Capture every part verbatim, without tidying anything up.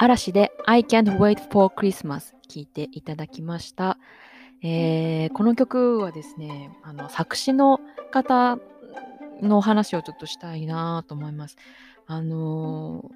嵐で I can't wait for Christmas 聴いていただきました。えーこの曲はですね、あの作詞の方の話をちょっとしたいなと思います。あの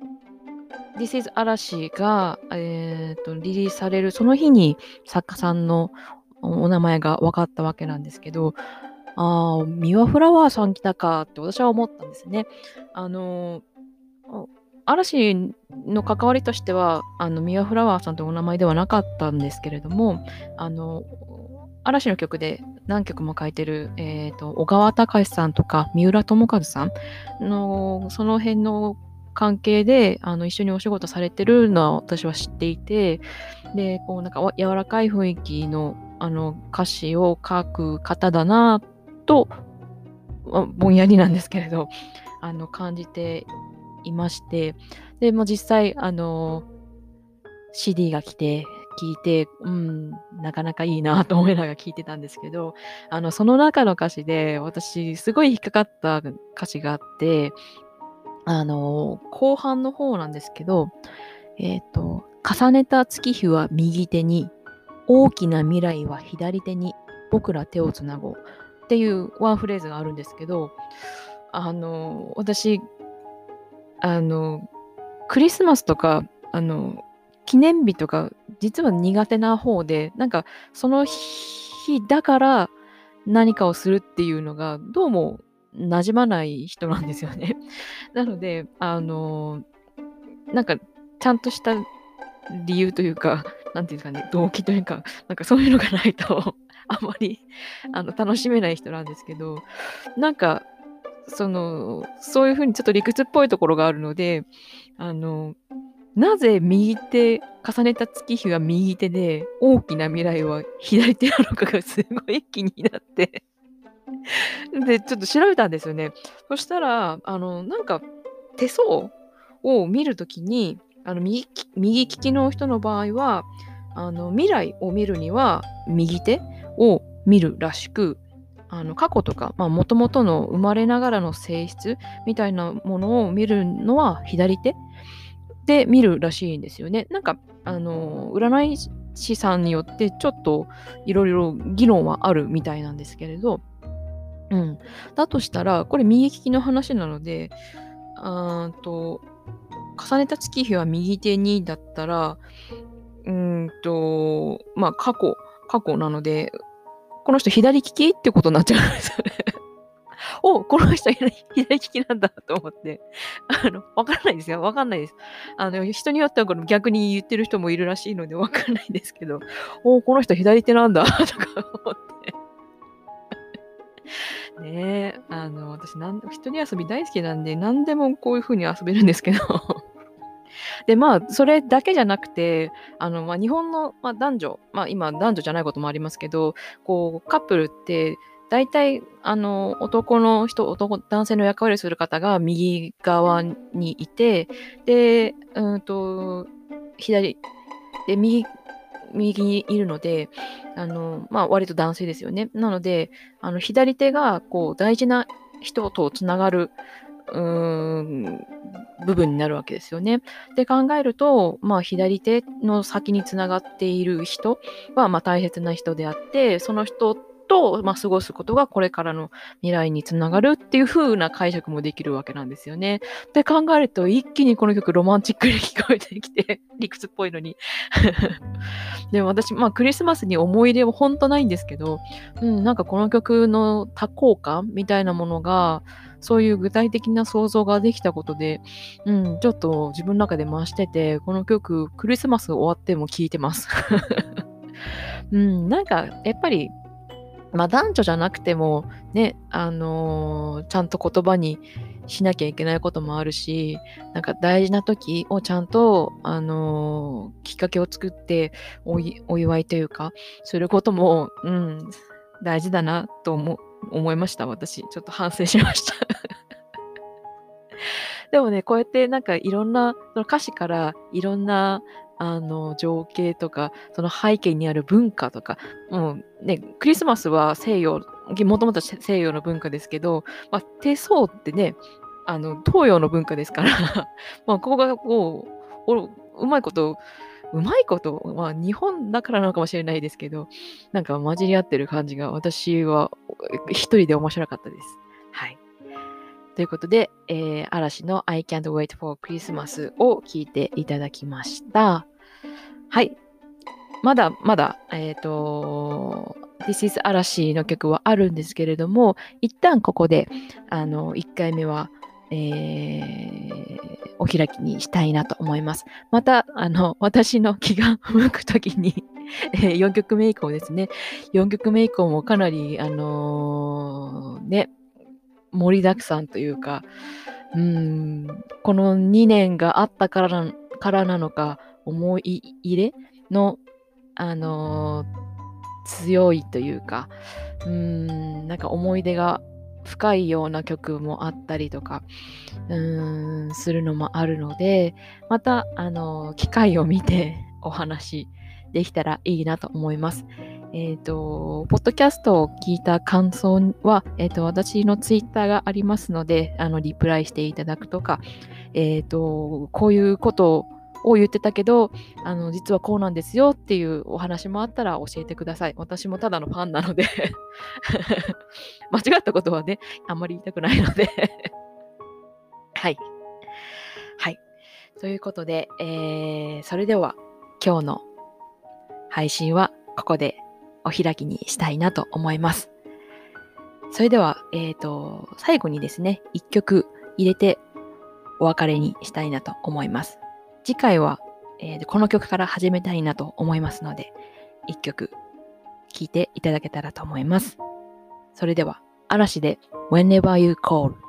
This is 嵐が、えーとリリースされるその日に作家さんのおお名前が分かったわけなんですけど、ああ、ミワフラワーさん来たかって私は思ったんですね。あのお嵐の関わりとしては、あのミワフラワーさんというお名前ではなかったんですけれども、あの嵐の曲で何曲も書いてる、えーと、小川隆さんとか三浦友和さんのその辺の関係であの一緒にお仕事されてるのは私は知っていて、でこうなんかわ柔らかい雰囲気のあの歌詞を書く方だなとあぼんやりなんですけれどあの感じていまして、でもう実際あの シーディー が来て聞いて、うん、なかなかいいなと思いながら聞いてたんですけど、あのその中の歌詞で私すごい引っかかった歌詞があって、あの後半の方なんですけど、えっと重ねた月日は右手に、大きな未来は左手に、僕ら手をつなごうっていうワンフレーズがあるんですけど、あの私あのクリスマスとかあの記念日とか実は苦手な方で、なんかその日だから何かをするっていうのがどうも馴染まない人なんですよね。なのであのなんかちゃんとした理由というか、なんていうんですかね、動機というか、なんかそういうのがないとあんまりあの楽しめない人なんですけど、なんかそのそういう風にちょっと理屈っぽいところがあるので、あのなぜ右手重ねた月日は右手で大きな未来は左手なのかがすごい気になってでちょっと調べたんですよね。そしたらあのなんか手相を見るときに、あの右右利きの人の場合はあの未来を見るには右手を見るらしく、あの過去とかもともとの生まれながらの性質みたいなものを見るのは左手で見るらしいんですよね。なんかあの占い師さんによってちょっといろいろ議論はあるみたいなんですけれど、うん、だとしたらこれ右利きの話なので、あーと重ねた月日は右手にだったら、うーんとまあ過去過去なので、この人左利きってことになっちゃうんですよね。お、この人左左利きなんだと思って、あのわからないですよ、わかんないです。あの人によってはこの逆に言ってる人もいるらしいのでわかんないんですけど、お、この人左手なんだとか思って。ねえ、あの私なん一人遊び大好きなんで何でもこういう風に遊べるんですけど。でまあそれだけじゃなくて、あのまあ日本の、まあ、男女、まあ今男女じゃないこともありますけど、こうカップルって大体あの男の人男男性の役割をする方が右側にいて、でうんと左で右右にいるので、あのまあ割と男性ですよね。なのであの左手がこう大事な人とつながるうーん部分になるわけですよね。で考えると、まあ、左手の先につながっている人は、まあ、大切な人であって、その人と、まあ、過ごすことがこれからの未来につながるっていう風な解釈もできるわけなんですよね。で考えると一気にこの曲ロマンチックに聞こえてきて理屈っぽいのにでも私、まあ、クリスマスに思い入れは本当ないんですけど、うん、なんかこの曲の多幸感みたいなものがそういう具体的な想像ができたことで、うん、ちょっと自分の中で増してて、この曲クリスマス終わっても聴いてます。うん、なんかやっぱり、まあ男女じゃなくてもね、あのーちゃんと言葉にしなきゃいけないこともあるし、なんか大事な時をちゃんと、あのーきっかけを作っておいお祝いというか、することも、うん、大事だなと思思いました、私。ちょっと反省しました。でもね、こうやってなんかいろんな、その歌詞からいろんな、あの、情景とか、その背景にある文化とか、もうね、クリスマスは西洋、もともと西洋の文化ですけど、まあ、手相ってね、あの、東洋の文化ですから、まあ、ここがこう、おうまいこと、うまいこと、まあ日本だからなのかもしれないですけど、なんか混じり合ってる感じが私は一人で面白かったです。はい。ということで、えー、嵐の I Can't Wait for Christmas を聞いていただきました。はい。まだまだ、えっ、ー、と、This is 嵐の曲はあるんですけれども、一旦ここで、あの、いっかいめは、えー、お開きにしたいなと思います。また、あの、私の気が向くときにえー、よんきょくめ以降ですね。よんきょくめ以降もかなり、あのー、ね、盛りだくさんというか、うーん、このにねんがあったからなからなのか、思い入れの、あのー、強いというか、うーん、なんか思い出が深いような曲もあったりとか、うーん、するのもあるので、また、あのー、機会を見てお話できたらいいなと思います。えっ、ー、と、ポッドキャストを聞いた感想は、えっ、ー、と、私のツイッターがありますので、あの、リプライしていただくとか、えっ、ー、と、こういうことを言ってたけど、あの、実はこうなんですよっていうお話もあったら教えてください。私もただのファンなので間違ったことはね、あんまり言いたくないのではい。はい。ということで、えー、それでは今日の配信はここでお開きにしたいなと思います。それでは、えっと、最後にですね、一曲入れてお別れにしたいなと思います。次回は、えー、この曲から始めたいなと思いますので、一曲聴いていただけたらと思います。それでは、嵐で Whenever You Call